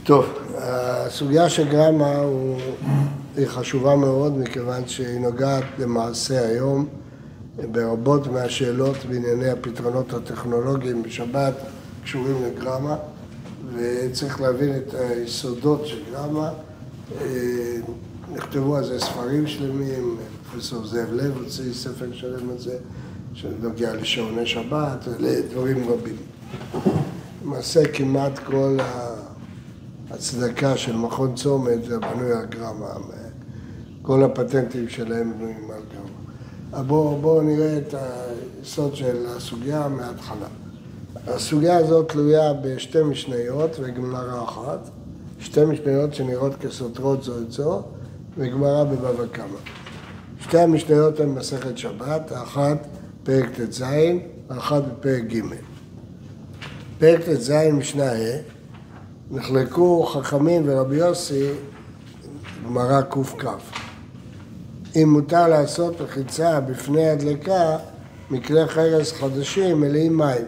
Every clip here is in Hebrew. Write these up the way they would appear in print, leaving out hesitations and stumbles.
טוב, הסוגיה של גרמה היא חשובה מאוד מכיוון שהיא נוגעת למעשה היום ברבות מהשאלות בענייני הפתרונות הטכנולוגיים בשבת קשורים לגרמה, וצריך להבין את היסודות של גרמה. נכתבו על זה ספרים שלמים, פרופסור זאב לב הוציא ספר שלם על זה שנוגע לשעוני שבת ולדברים רבים. למעשה כמעט כל ההצדקה של מכון צומת זה בנוי על גרמה, כל הפטנטים שלהם בנויים על גרמה. בואו נראה את היסוד של הסוגיה מההתחלה. הסוגיה הזאת תלויה בשתי משניות וגמרא אחת, שתי משניות שנראות כסותרות זו את זו, וגמרא בבבא קמא. שתי המשניות הן מסכת שבת, האחת פרק ט"ז, האחת בפרק ג'. פרק ט"ז משנה ה', נחלקו חכמים ורבי יוסי, גמרא ק"כ. אם מותר לעשות רחיצה בפני הדלקה, מכלי חרס חדשים מלאים מים,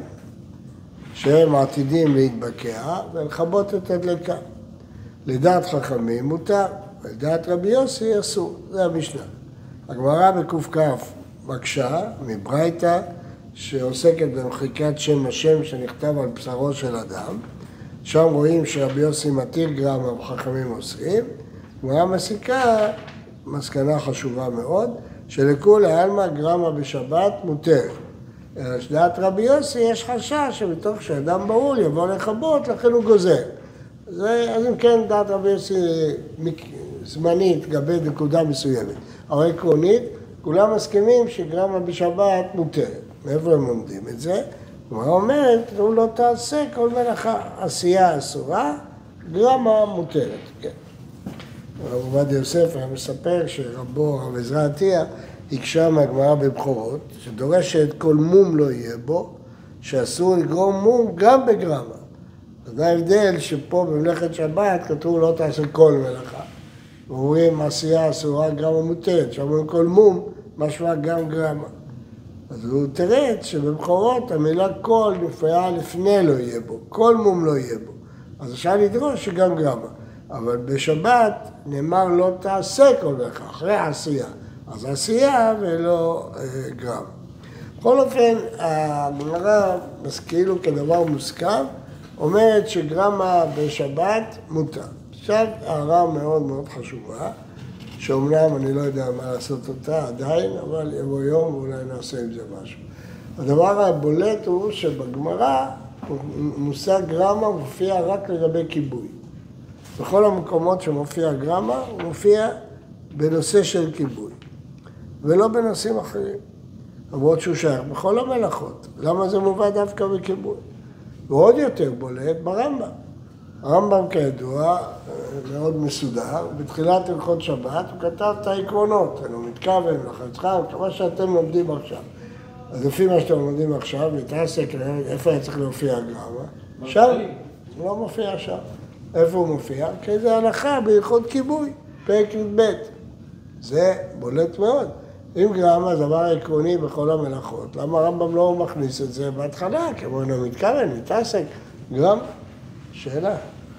שהם עתידים להתבקע ולכבות את הדלקה. לדעת חכמים מותר, ולדעת רבי יוסי אסור, זה המשנה. הגמרא בק"כ מקשה מברייתא שעוסקת במחיקת שם השם שנכתב על בשרו של אדם. שם רואים שרבי יוסי מתיר גרמה וחכמים אוסרים. גמרא מסיקה מסקנה חשובה מאוד, שלכולי עלמא גרמה בשבת מותר. לדעת רבי יוסי יש חשש שבתוך שאדם בהול יבוא לכבות, לכן הוא גוזר. אז אם כן, דעת רבי יוסי זמנית תגבה נקודה מסוימת. אבל עקרונית, כולם מסכימים שגרמה בשבת מותרת. מאיפה הם לומדים את זה? הוא אומרת, הוא לא תעשה כל מלאכה. עשייה אסורה, גרמה מותרת. כן. הרב עובדיה יוסף היה מספר שרבו, הרב עזרא עטיה, הקשה מהגמרא בבכורות, שדורשת כל מום לא יהיה בו, שאסור לגרום מום גם בגרמה. זה ההבדל שפה במלאכת שבת כתוב לא תעשה כל מלאכה. ואומרים עשייה אסורה גרמה מותרת, שאומרים כל מום משמע גם גרמה. אז הוא תרץ שבבכורות המילה כל נפרעה לפני לא יהיה בו, כל מום לא יהיה בו. אז אפשר לדרוש שגם גרמה. אבל בשבת נאמר לא תעשה כל מלאכה, אחרי עשייה. אז עשייה ולא גרמה. בכל אופן, הגמרא, כאילו כדבר מוסכם, אומרת שגרמה בשבת מותר. עכשיו, הערה מאוד מאוד חשובה, שאומנם אני לא יודע מה לעשות אותה עדיין, אבל יבוא יום ואולי נעשה עם זה משהו. הדבר הבולט הוא שבגמרא מושג גרמה מופיע רק לגבי כיבוי. בכל המקומות שמופיע גרמה, הוא מופיע בנושא של כיבוי, ולא בנושאים אחרים. למרות שהוא שייך בכל המלאכות. למה זה מובא דווקא בכיבוי? ועוד יותר בולט ברמב"ם. הרמב"ם כידוע מאוד מסודר, בתחילת הלכות שבת הוא כתב את העקרונות, הוא מתכוון לחצחה, כמה שאתם לומדים עכשיו. אז לפי מה שאתם לומדים עכשיו, להתעסק, איפה היה צריך להופיע גרמה? שם, הוא לא מופיע שם. איפה הוא מופיע? כי זה הלכה בהלכות כיבוי, פרק י"ב. זה בולט מאוד. אם גרמה זה דבר עקרוני בכל המלאכות, למה הרמב"ם לא מכניס את זה בהתחלה? כמו הוא מתכוון, להתעסק, גרמה. שאלה.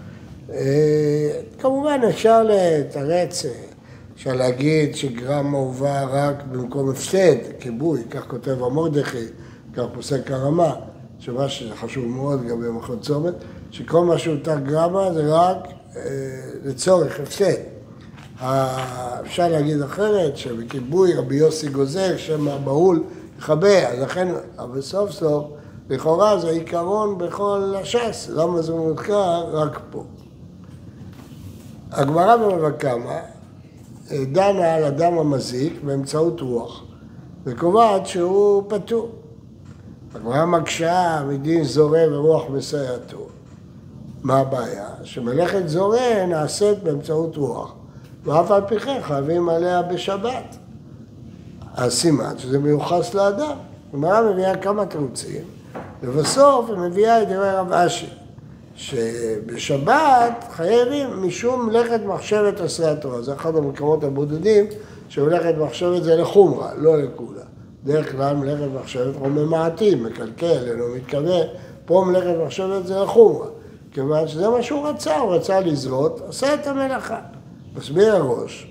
כמובן אפשר לתרץ, אפשר להגיד שגרמה הובא רק במקום הפסד, כיבוי, כך כותב המרדכי, כך פוסק הרמה, שמה שחשוב מאוד גם במכון צומת, שכל מה שהותר גרמה זה רק לצורך הפסד. אפשר להגיד אחרת שבכיבוי רבי יוסי גוזר שמא בהול יכבה, אז לכן, אבל סוף סוף, לכאורה זה עיקרון בכל הש"ס, למה זה מוזכר רק פה. הגמרא בבבא קמא דנה על אדם המזיק באמצעות רוח, וקובעת שהוא פטור. הגמרא מקשה מדין זורע ורוח מסייעתו. מה הבעיה? שמלאכת זורע נעשית באמצעות רוח, ואף על פי כן חייבים עליה בשבת. אז סימן שזה מיוחס לאדם. הגמרא מביאה כמה תירוצים, ובסוף היא מביאה את דברי רב אשי, שבשבת חייבים משום מלאכת מחשבת עשרי התורה. זה אחד המקומות הבודדים שמלאכת מחשבת זה לחומרה, לא לכולה. דרך כלל מלאכת מחשבת רומם מעטים, מקלקל, אינו מתכוון. פה מלאכת מחשבת זה לחומרה. כיוון שזה מה שהוא רצה, הוא רצה לזרות, עשה את המלאכה. מסביר הראש,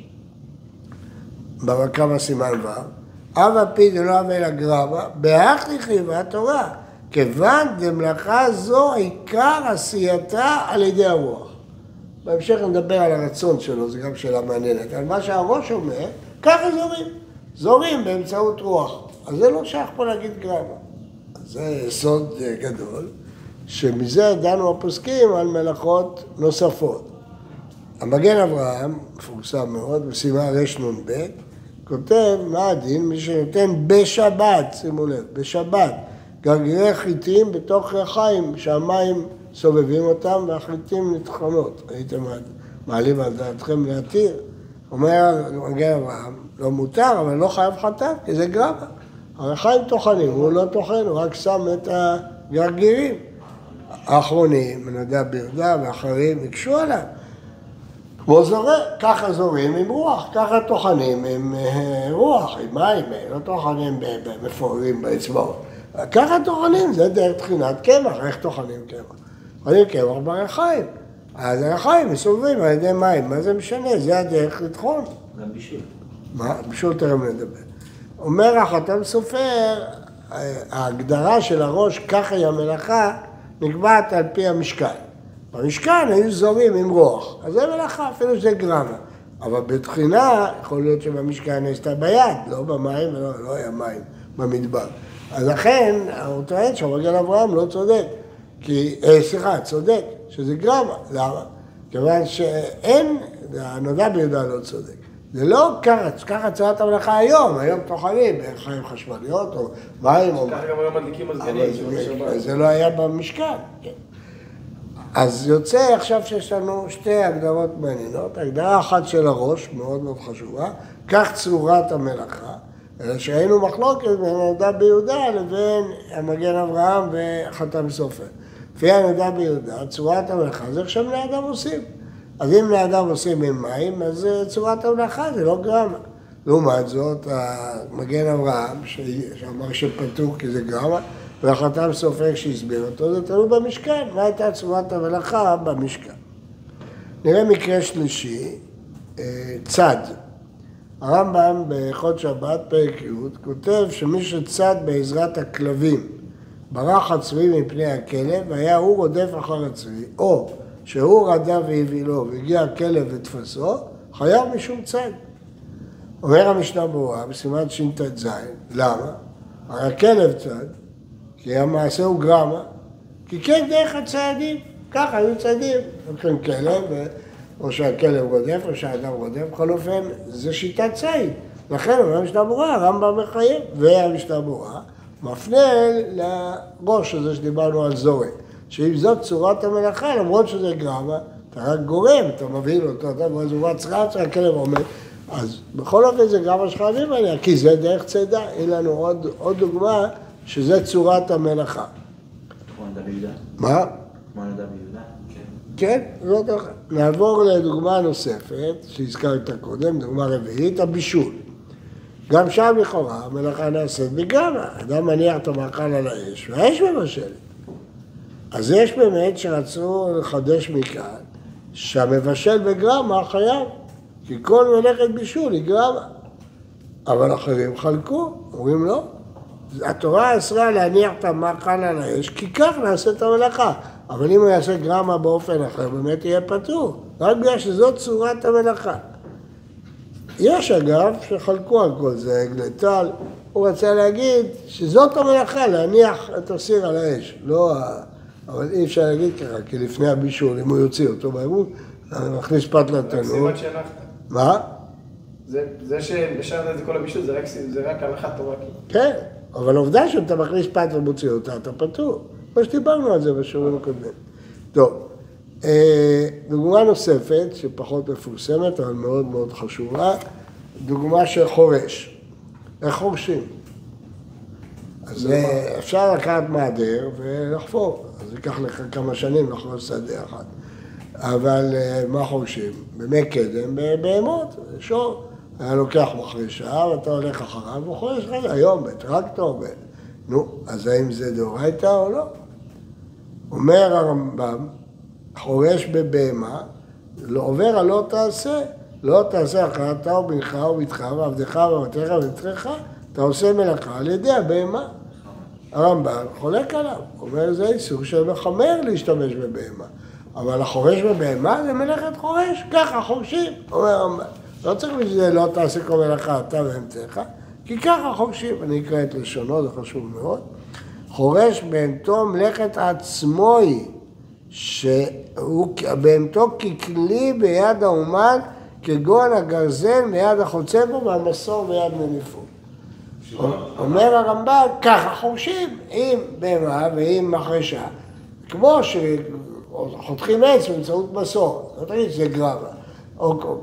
במקרא סימן ו', אב פי דלא אב אלא גרמה, בהכ לכתיבה התורה, כיוון דמלאכה זו עיקר עשייתה על ידי הרוח. בהמשך נדבר על הרצון שלו, זו גם שאלה מעניינת. על מה שהראש אומר, ככה זורים. זורים באמצעות רוח. אז זה לא שייך פה להגיד גרמה. זה סוד גדול, שמזה דנו הפוסקים על מלאכות נוספות. המגן אברהם, מפורסם מאוד, בסימן רנ"ב, כותב מה הדין, מי שנותן בשבת, שימו לב, בשבת, גרגירי חיטים בתוך ריחיים, שהמים סובבים אותם והחיטים נטחנות. הייתם מעלים על דעתכם להתיר. אומר מגן אברהם, לא מותר, אבל לא חייב חטאת, כי זה גרמה. הריחיים טוחנים, הוא לא טוחן, הוא רק שם את הגרגירים. האחרונים, נדע ביהודה ואחרים, יקשו עליו. כמו זורם, ככה זורים עם רוח, ככה טוחנים עם רוח, עם מים, לא טוחנים מפוררים באצבעות. ככה טוחנים, זה דרך תחינת קמח, איך טוחנים קמח? טוחנים קמח בריחיים. אז הריחיים מסובבים על ידי מים, מה זה משנה? זה הדרך לטחון. גם בישול. מה? בישול תרם לדבר. אומר החתם סופר, ההגדרה של הראש, ככה היא המלאכה, נקבעת על פי המשכן. במשכן היו זורים עם רוח, אז זה מלאכה, אפילו שזה גרמה. אבל בתחינה, יכול להיות שבמשכן נעשתה ביד, לא במים, לא היה מים במדבר. אז לכן, הוא טוען שהמגן אברהם לא צודק, צודק, שזה גרמה. למה? כיוון שאין, הנודע ביהודה לא צודק. זה לא ככה צורת המלאכה היום טוחנים בחיים חשמליות או מים או... ככה גם היום מדליקים מזגנים. זה לא היה במשכן, כן. אז יוצא עכשיו שיש לנו שתי הגדרות מעניינות, הגדרה אחת של הראש, מאוד מאוד חשובה, כך צורת המלאכה, אלא שהיינו מחלוקת בין הנודע ביהודה לבין המגן אברהם וחתם סופר. לפי הנודע ביהודה, צורת המלאכה זה איך שבני אדם עושים. אז אם בני אדם עושים עם מים, אז צורת המלאכה זה לא גרמה. לעומת זאת, המגן אברהם, שאמר שפתור כי זה גרמה, והחתם סופר שהסביר אותו, זה תלוי במשכן. מה הייתה צורת המלאכה במשכן? נראה מקרה שלישי, צד. הרמב"ם בחוד שבת, פרק י', כותב שמי שצד בעזרת הכלבים, ברח הצבי מפני הכלב, והיה הוא רודף אחר הצבי, או שהוא רדף והביא והגיע הכלב ותפסו, חייב משום צד. אומר המשנה ברורה, בסימן שט"ז, למה? הרי הכלב צד, כי המעשה הוא גרמה, כי כן דרך הצעדים, ככה היו צעדים, לוקחים כלב, או שהכלב רודף, או שהאדם רודף, בכל אופן, זה שיטת ציד. לכן, אומר המשנה ברורה, הרמב"ם מחייב, והמשנה ברורה מפנה לראש הזה שדיברנו על זורק, שאם זאת צורת המלאכה, למרות שזה גרמה, אתה רק גורם, אתה מבהיל אותו, אתה ואז הוא רץ, הכלב עומד, אז בכל אופן זה גרמה שחייבים עליה, כי זה דרך צידה. אין לנו עוד דוגמה, שזה צורת המלאכה. כמו נדע ביהודה? מה? כמו נדע ביהודה? כן, לא דרך. נעבור לדוגמה נוספת, שהזכרת קודם, דוגמה רביעית, הבישול. גם שם לכאורה המלאכה נעשית בגרמה. אדם מניח את המאכל על האש, והאש מבשלת. אז יש באמת שרצו לחדש מכאן, שהמבשל בגרמה חייב, כי כל מלאכת בישול היא גרמה. אבל אחרים חלקו, אומרים לא. התורה אסרה להניח את המאכל על האש, כי כך נעשה את המלאכה. אבל אם הוא יעשה גרמה באופן אחר, באמת יהיה פטור. רק בגלל שזאת צורת המלאכה. יש אגב שחלקו על כל זה, גלטל, הוא רצה להגיד שזאת המלאכה, להניח את הסיר על האש. לא, אבל אי אפשר להגיד ככה, כי לפני הבישול, אם הוא יוציא אותו באמון, אני מכניס פת לתנור. רק סימן שהנחת. מה? זה שנשארת את כל הבישול, זה רק הלכת תורה. כן, אבל עובדה שאתה מכניס פת ומוציא אותה, אתה פטור. כמו שדיברנו על זה בשיעורים הקודמים. טוב, דוגמה נוספת, שפחות מפורסמת, אבל מאוד מאוד חשובה, דוגמה של חורש. איך חורשים? אז אפשר לקחת מעדר ולחפור. אז ייקח לך כמה שנים לחרוש שדה אחד. אבל מה חורשים? במי קדם, בבהמות, שור. היה לוקח מחרשה ואתה הולך אחריו וחורש רגע, היום בטרקטור. נו, אז האם זה דאורייתא או לא? אומר הרמב"ם, חורש בבהמה, עובר על לא תעשה, לא תעשה אחרתה ובנך ובתך ועבדך ואמתך ונתך, אתה עושה מלאכה על ידי הבהמה. הרמב"ם חולק עליו, אומר זה איסור שמחמר להשתמש בבהמה, אבל החורש בבהמה זה מלאכת חורש, ככה חורשים, אומר הרמב"ם. לא צריך בשביל לא תעשה כל מלאכה אתה ואמצעך, כי ככה חורשים, אני אקרא את לשונו, זה חשוב מאוד. חורש בהמתו מלאכת עצמו היא, שבהמתו ככלי ביד האומן, כגון הגרזן ביד החוצה בו והמסור ביד מניפו. אומר הרמב"ם, ככה חורשים עם בהמה ועם מחרשה, כמו שחותכים עץ באמצעות מסור, לא תגיד שזה גרמה, או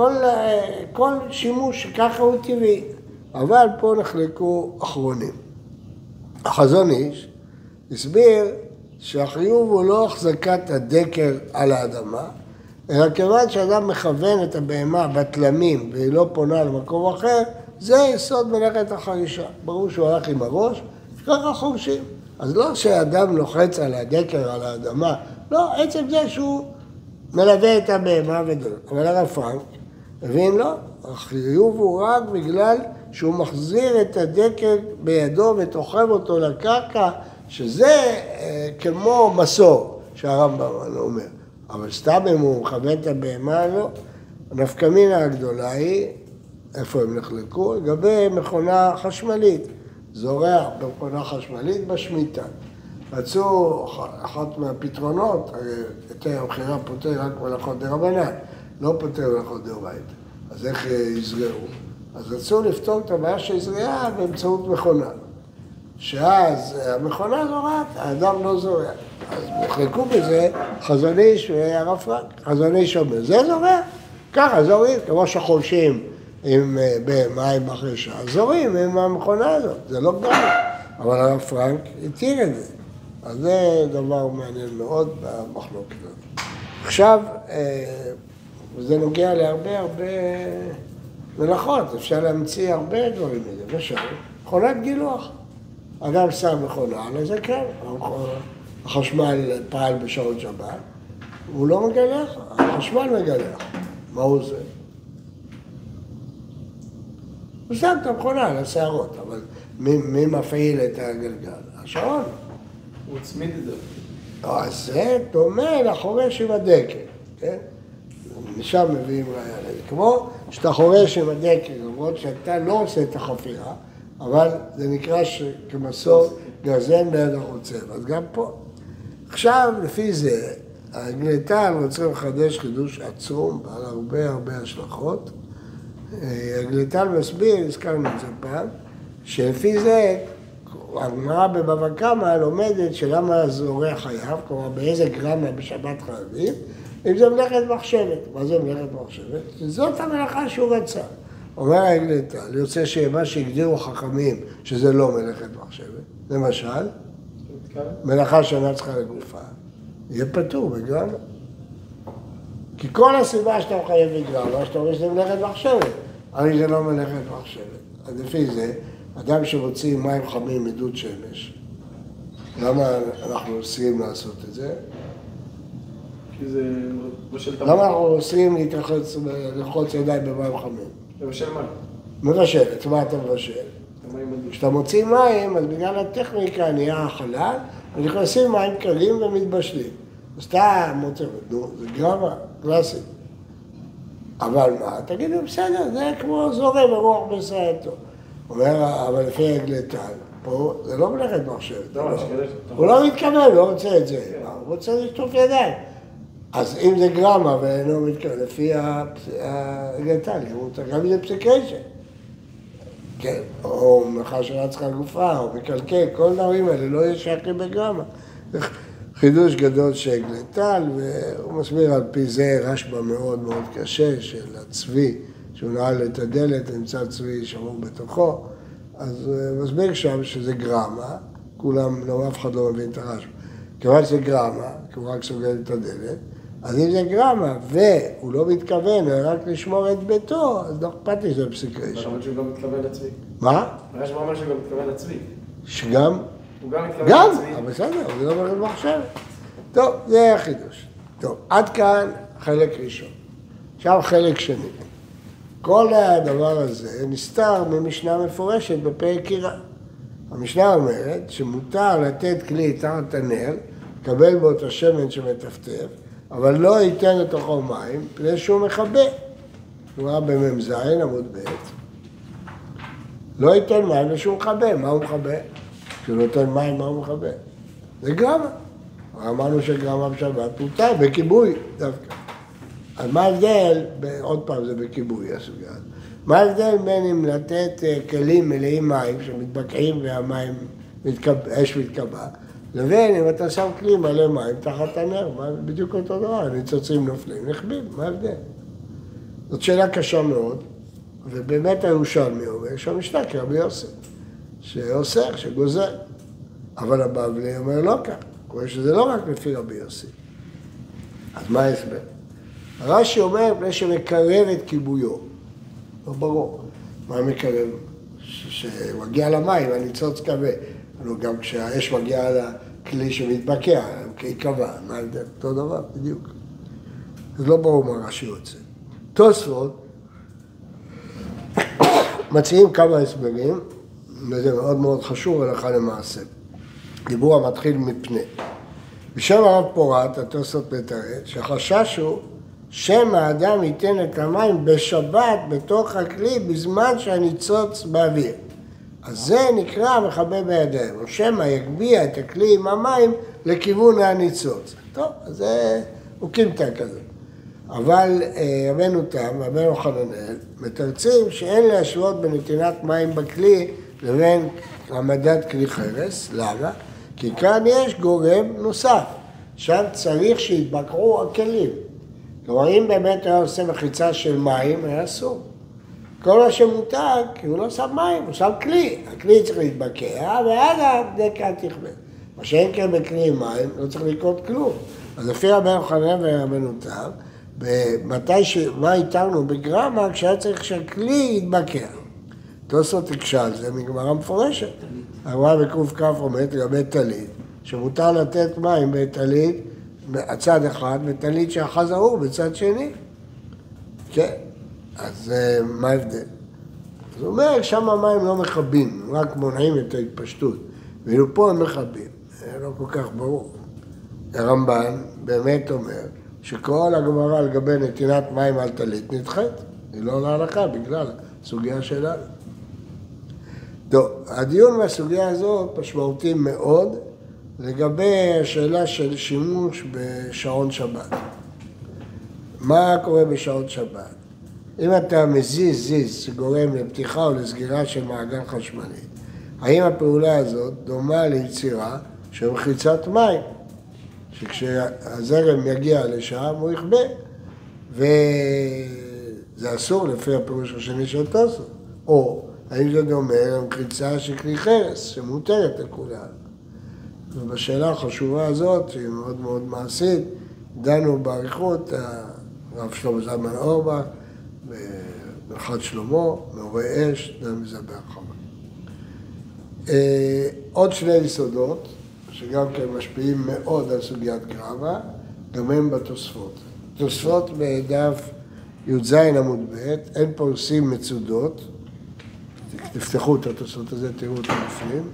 כל שימוש שככה הוא טבעי, אבל פה נחלקו אחרונים. החזון איש הסביר שהחיוב הוא לא החזקת הדקר על האדמה, אלא כיוון שאדם מכוון את הבהמה בתלמים והיא לא פונה למקום אחר, זה יסוד מלאכת החרישה. ברור שהוא הלך עם הראש, ככה חורשים. אז לא שהאדם לוחץ על הדקר, על האדמה, לא, עצם זה שהוא מלווה את הבהמה ודולת. אבל הרב פרנק הבין לא, החיוב הוא רק בגלל שהוא מחזיר את הדקר בידו ותוחב אותו לקרקע, שזה כמו מסור שהרמב"ם אומר. אבל סתם אם הוא מכוון את הבהמה, לא. הנפקמינה הגדולה היא, איפה הם נחלקו? לגבי מכונה חשמלית. זורע במכונה חשמלית בשמיטה. רצו אחת מהפתרונות, היתר הבחירה פותר רק מלאכות דרבנן, לא פותר מלאכות דאורייתא. אז איך יזרעו? אז רצו לפתור את הבעיה של זריעה באמצעות מכונה. שאז המכונה זורעת, האדם לא זורע. אז נחלקו בזה חזון איש והרב פרנק. חזון איש אומר, זה זורע. ככה זורעים, כמו שחורשים עם במים מחרשה, זורעים עם המכונה הזאת, זה לא גדול. אבל הרב פרנק התיר את זה. אז זה דבר מעניין מאוד במחלוקת הזאת. עכשיו, זה נוגע להרבה מלאכות, אפשר להמציא הרבה דברים מזה, ושם, מכונת גילוח. אדם שם מכונה, אז זה כן, החשמל פעל בשעות שבת, הוא לא מגלח, החשמל מגלח. מה הוא עושה? הוא שם את המכונה על השערות, אבל מי מפעיל את הגלגל? השעון. הוא הצמיד את זה. אז זה דומה לחורש עם הדקר, כן? משם מביאים ראיה לזה. כמו שאתה חורש עם הדקר, למרות שאתה לא עושה את החפירה, אבל זה נקרא כמסור גרזן ביד החוצב, אז גם פה. עכשיו, לפי זה, הגלטן רוצה לחדש חידוש עצום, בעל הרבה השלכות. הגלטן מסביר, הזכרנו את זה פעם, שלפי זה, הגמרא בבבא קמא לומדת שלמה זורע חייב, כלומר באיזה גרמה בשבת חייבים, אם זה מלאכת מחשבת. מה זה מלאכת מחשבת? זאת המלאכה שהוא רצה. אומר הגלטן, יוצא שמה שהגדירו חכמים, שזה לא מלאכת מחשבת, למשל, מלאכה שאינה צריכה לגופה, יהיה פטור בגרמה. כי כל הסיבה שאתה מחייב בגרמה, שאתה אומר שזה מלאכת מחשבת, אבל זה לא מלאכת מחשבת. אז לפי זה, אדם שמוציא מים חמים מדוד שמש, למה אנחנו אוסרים לעשות את זה? כי זה מבשל תמר. למה אנחנו אוסרים לרחוץ ידיים במים חמים? מבשל מים. מבשלת, מה אתה מבשל? כשאתה מוציא מים, אז בגלל הטכניקה נהיה החלל, ונכנסים מים קרים ומתבשלים. אז אתה מוצא, נו, זה גרמה, קלאסית. אבל מה? תגידו, בסדר, זה כמו זורם הרוח בסייעתו. אומר, אבל לפי הגלטן, פה זה לא מלאכת מחשבת. הוא לא מתכוון, לא רוצה את זה. הוא רוצה לשטוף ידיים. אז אם זה גרמה ואינו מתכוון, לפי הגלטן, גם אם זה פסיקיישן. כן, או מלאכה שאינה צריכה גופה, או מקלקל, כל הדברים האלה לא יהיה שייכים בגרמה. חידוש גדול של גלטן, והוא מסביר על פי זה רשב"א מאוד מאוד קשה של הצבי, שהוא נעל את הדלת, נמצא צבי שמור בתוכו, אז מסביר שם שזה גרמה, כולם, לא, אף אחד לא מבין את הרשב"א. כיוון שזה גרמה, כי הוא רק סוגל את הדלת, אז אם זה גרמה, והוא לא מתכוון רק לשמור את ביתו, אז לא אכפת לי שזה פסיקה. הוא אומר שהוא גם מתכוון לצבי. מה? הרשב"א אומר שהוא גם מתכוון לצבי. שגם? הוא גם מתכוון גם, לצבי. אבל בסדר, זה לא מלאכת מחשבת. טוב, זה החידוש. טוב, עד כאן חלק ראשון. עכשיו חלק שני. כל הדבר הזה נסתר ממשנה מפורשת בפרק קירה. המשנה אומרת שמותר לתת כלי תחת הנר, לקבל בו את השמן שמטפטף, אבל לא ייתן לתוכו מים, פני שהוא מכבה. הוא ראה במ"ז, עמוד ב', לא ייתן מים ושהוא מכבה. מה הוא מכבה? כשהוא נותן מים, מה הוא מכבה? זה גרמה. אמרנו שגרמה בשבת מותר, בכיבוי דווקא. אז מה ההבדל, עוד פעם זה בכיבוי הסוגיה. מה ההבדל בין אם לתת כלים מלאים מים שמתבקעים והמים, אש מתקבע, לבין אם אתה שם כלי מלא מים תחת הנר, בדיוק אותו דבר, הניצוצים נופלים, נחבים, מה ההבדל? זאת שאלה קשה מאוד, ובאמת הירושלמי אומר שהמשנה כרבי יוסף, שאוסר, שגוזר, אבל הבבלי אומר לא כך, קורא שזה לא רק לפי רבי יוסף. אז מה ההסבר? הרש"י אומר פני שמקרב את כיבויו, לא ברור, מה מקרב? שמגיע למים, הניצוץ כבה, גם כשהאש מגיעה לכלי שמתבקע, כעיקבה, מה ההבדל? אותו דבר, בדיוק. אז לא ברור מה רש"י יוצא. תוספות מציעים כמה הסברים, וזה מאוד מאוד חשוב הלכה למעשה. דיבור המתחיל מפני. בשם הרב פורת, התוספות מתארת, שחשש הוא שמא האדם ייתן את המים בשבת בתוך הכלי בזמן שהניצוץ באוויר. אז זה נקרא מכבה בידיהם, או שמא יגביה את הכלי עם המים לכיוון הניצוץ. טוב, אז זה הוא קימתא כזה. אבל רבנו תם, רבנו חננאל, מתרצים שאין להשוות בנתינת מים בכלי לבין העמדת כלי חרס. למה? כי כאן יש גורם נוסף, שם צריך שיתבקעו הכלים. כלומר, אם באמת היה עושה מחיצה של מים, היה אסור. כל מה שמותר, כי הוא לא שם מים, הוא שם כלי. הכלי צריך להתבקע, ואז הדקה תכבה. מה שאין כן בכלי מים, לא צריך לקרות כלום. אז לפי רבנו חננאל ורבנו תם, מה התרנו בגרמה, כשהיה צריך שהכלי יתבקע. תוספות הקשה על זה מגמרא מפורשת. הגמרא בק"כ אומרת לגבי טלית, שמותר לתת מים בטלית בצד אחד, וטלית שאחז ארור בצד שני. כן, אז מה ההבדל? אז הוא אומר, שם המים לא מכבים, רק מונעים את ההתפשטות. ואילו פה הם מכבים, זה לא כל כך ברור. הרמב"ן באמת אומר שכל הגמרא לגבי נתינת מים על טלית נדחית. היא לא להלכה בגלל הסוגיה שלנו. טוב, הדיון בסוגיה הזאת משמעותי מאוד לגבי השאלה של שימוש בשעון שבת. מה קורה בשעון שבת? אם אתה מזיז שגורם לפתיחה או לסגירה של מעגל חשמלי, האם הפעולה הזאת דומה ליצירה של מחיצת מים? שכשהזרם יגיע לשם הוא יכבה, וזה אסור לפי הפירוש השני של תוספות. או האם זה דומה למחיצה של כלי חרס שמותרת לכולם? ובשאלה החשובה הזאת, שהיא מאוד מאוד מעשית, דנו באריכות הרב שלמה זלמן אורבך, ברכת שלמה, מעורי אש, דנו מזה בהרחבה. עוד שני יסודות, שגם כן משפיעים מאוד על סוגיית גרמה, גם הם בתוספות. תוספות בדף י"ז עמוד ב', אין פורסים מצודות, תפתחו את התוספות הזה, תראו אותם בפנים.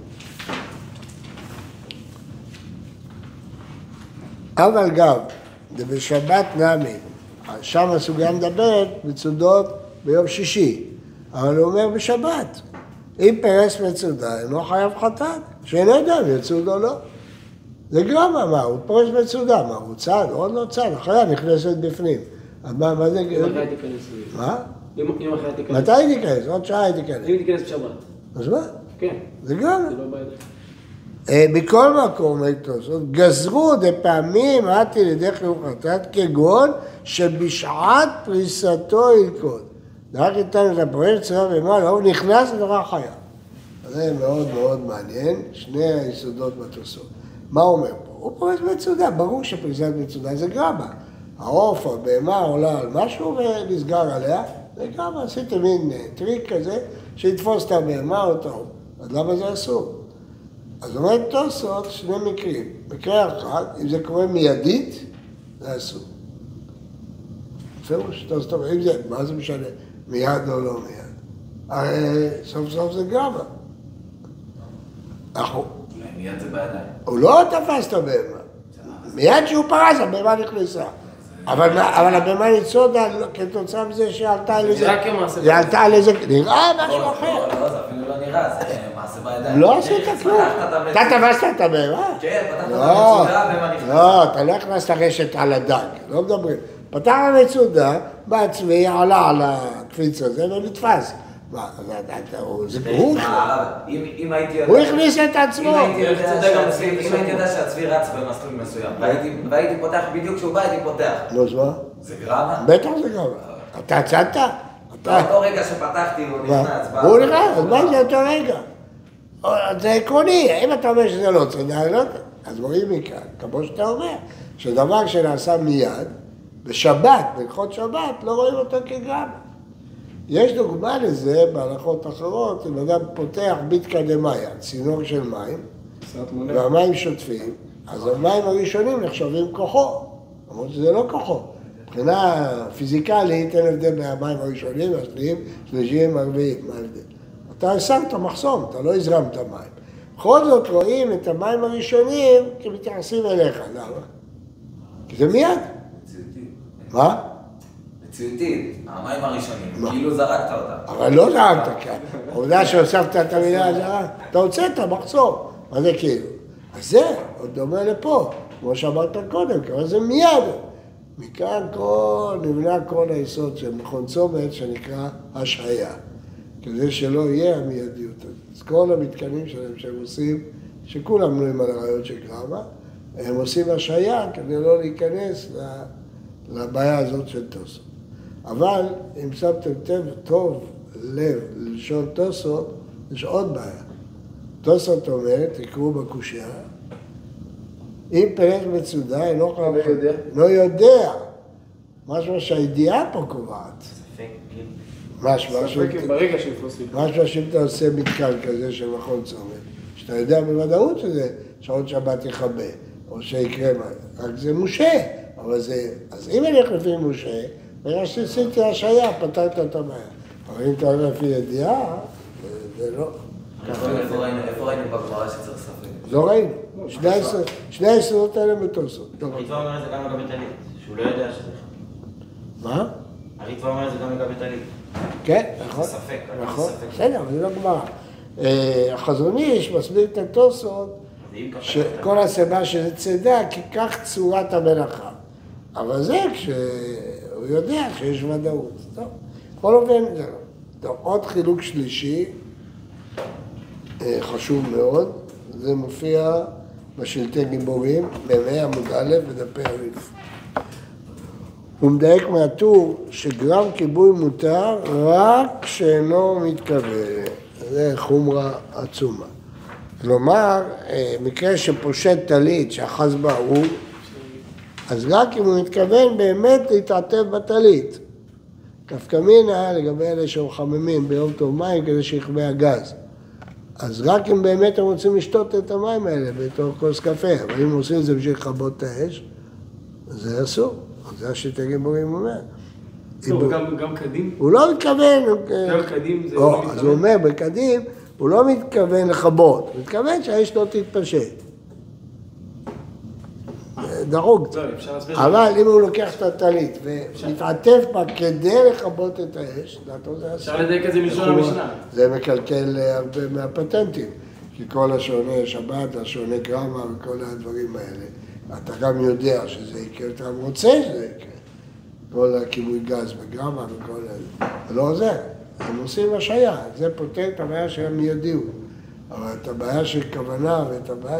אבל גם, זה בשבת נמי, שם הסוגיה מדברת מצודות ביום שישי, אבל הוא אומר בשבת. אם פרס מצודה, אינו חייב חטאת, שאין יודע אם יצוד או לא. זה גרמה, מה? הוא פרס מצודה, מה? הוא צד, עוד לא צד, אחריה נכנסת בפנים. אז מה זה? אם אחרי תיכנס. מה? אם אחרי תיכנס. מתי היא תיכנס? עוד שעה היא תיכנס. אם תיכנס בשבת. אז מה? כן. זה גרמה. זה לא בעיה. מכל מקום, גזרו דפעמים עתי לידי חיוב חטאת, כגון שבשעת פריסתו ילכוד. רק איתן את הפרש צרה ומעלה, הוא נכנס לדבר חיה. זה מאוד מאוד מעניין, שני היסודות בתוספות. מה הוא אומר פה? הוא פורס מצודה, ברור שפריסת מצודה זה גרמה. העוף או הבהמה עולה על משהו ונסגר עליה, זה גרמה, עשיתם מין טריק כזה, שיתפוס את הבהמה או את העוף. אז למה זה אסור? אז אומרת תוספות שני מקרים. מקרה אחד, אם זה קורה מיידית, זה אסור. פירוש, זאת אומרת, אם זה, מה זה משנה? מיד או לא מיד? הרי סוף סוף זה גרמה. מיד זה בידיים. הוא לא תפס את הבהמה. מיד שהוא פרס, הבהמה נכנסה. אבל הבהמה ניצודה כתוצאה מזה שעלתה על איזה... זה רק כמעשה. זה עלתה על איזה... נראה משהו אחר. לא, זה אפילו לא נראה, זה מעשה בידיים. לא עשית כלום. אתה תפסת את הבהמה? כן, פתחת את המצודה, הבהמה נכנסה. לא, אתה לא הכנסת רשת על הדג, לא מדברים. פתח המצודה, בעצמי עלה על הקפיץ הזה ונתפס. מה, זה ברור? אם הייתי יודע... הוא הכניס את עצמו. אם הייתי יודע שהצבי רץ במסלול מסוים, והייתי פותח בדיוק כשהוא בא, הייתי פותח. לא, אז מה? זה גרמה? בטח זה גרמה. אתה עצנת? באותו רגע שפתחתי הוא נכנס. הוא נכנס, אז מה זה אותו רגע? זה עקרוני, אם אתה אומר שזה לא צודק, אז רואים מכאן, כמו שאתה אומר, שדבר שנעשה מיד, בשבת, בהלכות שבת, לא רואים אותו כגרמה. יש דוגמה לזה בהלכות אחרות, אם אדם פותח ביתקא דמיא, צינור של מים, והמים שוטפים, אז המים הראשונים נחשבים כוחו, למרות שזה לא כוחו. מבחינה פיזיקלית אין הבדל מהמים הראשונים, השניים, שלישיים, הרביעים, מה ההבדל? אתה שמת מחסום, אתה לא הזרמת מים. בכל זאת רואים את המים הראשונים כמתייחסים אליך, למה? כי זה מיד. מה? מציאותית, המים הראשונים, כאילו זרקת אותם. אבל לא זרקת כאן, העובדה שהוספת את המילה הזרה, אתה הוצאת מחסום, מה זה כאילו? אז זה עוד דומה לפה, כמו שאמרת קודם, אבל זה מיד. מכאן נבנה כל היסוד של מכון צומת שנקרא השהיה, כדי שלא יהיה המיידיות הזאת. אז כל המתקנים שלהם שהם עושים, שכולם בנויים על הרעיון של גרמה, הם עושים השהיה כדי לא להיכנס לבעיה הזאת של תוספות. אבל אם שמתם טוב לב ללשון תוספות, יש עוד בעיה. תוספות אומרת, תקראו בקושיה, אם פירש מצודה, לא יודע. משהו שהידיעה פה קובעת. ספק ברגע שיפוסים. משהו שאתה עושה מתקן כזה של מכון צומת, שאתה יודע בוודאות שזה שעון שבת יכבה, או שיקרה מה, רק זה מושה. אבל זה, אז אם אני הולך לפי משה, ברגע שעשיתי השהיה, פתרת את הבעיה. אבל אם אתה הולך לפי ידיעה, זה לא. איפה ראינו בגמרא שצריך ספק? לא ראינו. שני היסודות האלה בתוספות. הריטב"א אומר את זה גם לגבי טלית, שהוא לא יודע שזה... מה? הריטב"א אומר את זה גם לגבי טלית. כן, נכון. ספק. נכון, בסדר, אבל זה לא גמרא. החזון איש מסביר את התוספות, שכל הסיבה שזה צידה, כי כך צורת המלאכה. אבל זה כשהוא יודע שיש ודאות. טוב, בכל אופן, זה לא. טוב, עוד חילוק שלישי, חשוב מאוד, זה מופיע בשלטי גיבורים, בימי עמוד א' ודפי הריף. הוא מדייק מהטור שגרם כיבוי מותר רק כשאינו מתכוון. זה חומרה עצומה. כלומר, מקרה שפושט טלית שאחז בה הוא, אז רק אם הוא מתכוון באמת להתעטף בטלית. כפקמינה לגבי אלה שמחממים ביום טוב מים כדי שיכבה הגז. אז רק אם באמת הם רוצים לשתות את המים האלה בתור כוס קפה, אבל אם עושים את זה בשביל לכבות את האש, זה אסור. זה השיטה גיבורים אומר. גם קדים? הוא לא מתכוון. גם קדים זה לא מתכוון? אז הוא אומר, בקדים הוא לא מתכוון לכבות, הוא מתכוון שהאש לא תתפשט. דרוג. אבל אם הוא לוקח את הטלית ומתעטף בה כדי לכבות את האש, דעתו זה אסור. אפשר לדייק את זה מלשון המשנה. זה מקלקל הרבה מהפטנטים, כי כל השעוני שבת, השעוני גרמה וכל הדברים האלה, אתה גם יודע שזה יקרה, אתה גם רוצה שזה יקרה. כל הכיבוי גז בגרמה וכל זה. זה לא עוזר, הם עושים השעיה, זה פותר את הבעיה של המיידיות. אבל את הבעיה של כוונה ואת הבעיה...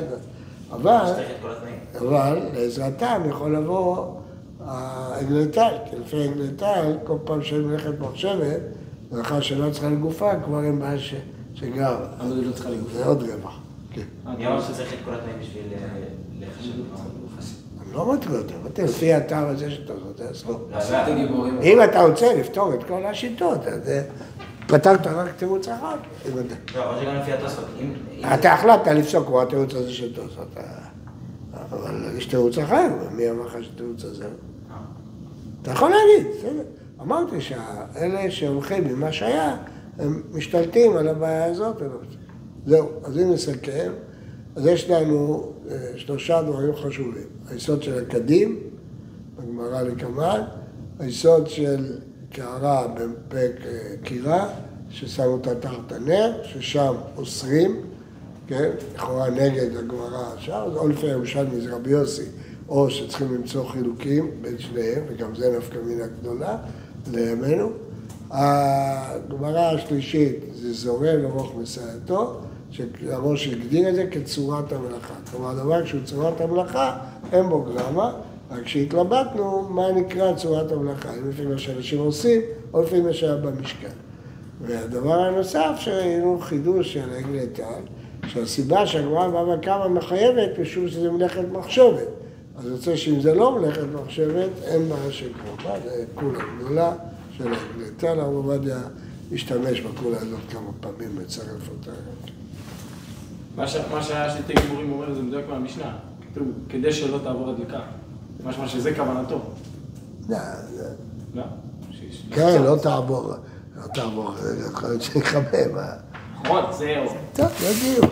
אבל לעזרתם יכול לבוא האגלטל, כי לפי האגלטל, כל פעם שהם מלאכת מחשבת, לאחר שלא צריכה לגופה, כבר הם בעיה שגר. אבל זה לא צריכה לגופה. זה עוד רווח. אני אמר שצריך את כל התנאים בשביל לחשב לגופה. אני לא מתחיל יותר, לפי האתר הזה שאתה עושה, זה אסור. השיטה גיבורים. אם אתה רוצה לפתור את כל השיטות, אז פתרת רק תירוץ אחד. לא, אבל שגם לפי התוספות. אתה החלטת לפסוק כמו התירוץ הזה של תוספות. אבל יש תירוץ אחר, מי אמר לך שתירוץ הזה? אתה יכול להגיד, בסדר. אמרתי שאלה שהולכים ממה שהיה, הם משתלטים על הבעיה הזאת. זהו, אז אם נסכם, אז יש לנו 3 דברים חשובים. היסוד של הקדים, בגמרא לקמאן, היסוד של קערה בפרק קירה, ששמו אותה תחת הנר, ששם אוסרים, כן? לכאורה נגד הגמרא עכשיו, אז או לפי ירושלמי זה רבי יוסי, או שצריכים למצוא חילוקים בין שניהם, וגם זה נפקא מינה גדולה לימינו. הגמרא השלישית זה זורם לרוך מסייעתו, שהראש הגדיר את זה כצורת המלאכה. כלומר, הדבר כשהוא צורת המלאכה, אין בו גרמה, רק כשהתלבטנו מה נקרא צורת המלאכה, אם לפי מה שאנשים עושים, או לפי מה שהיה במשכן. והדבר הנוסף שראינו חידוש של עגל איתן, שהסיבה שהגמרא בבא קמא מחייבת, משום שזה מלאכת מחשבת. אז יוצא שאם זה לא מלאכת מחשבת, אין בעיה של קרובה, זה קולה גדולה של עגל איתן, הרב עובדיה השתמש בקולה הזאת כמה פעמים בצרף אותה. מה שהיה שתי גיבורים אומר זה מדויק מהמשנה, כתוב, כדי שלא תעבור הדלקה. משמע שזה כוונתו. לא. שיש... כן, לא תעבור, זה יכול להיות שיחבא. נכון, זהו. טוב, יגיעו.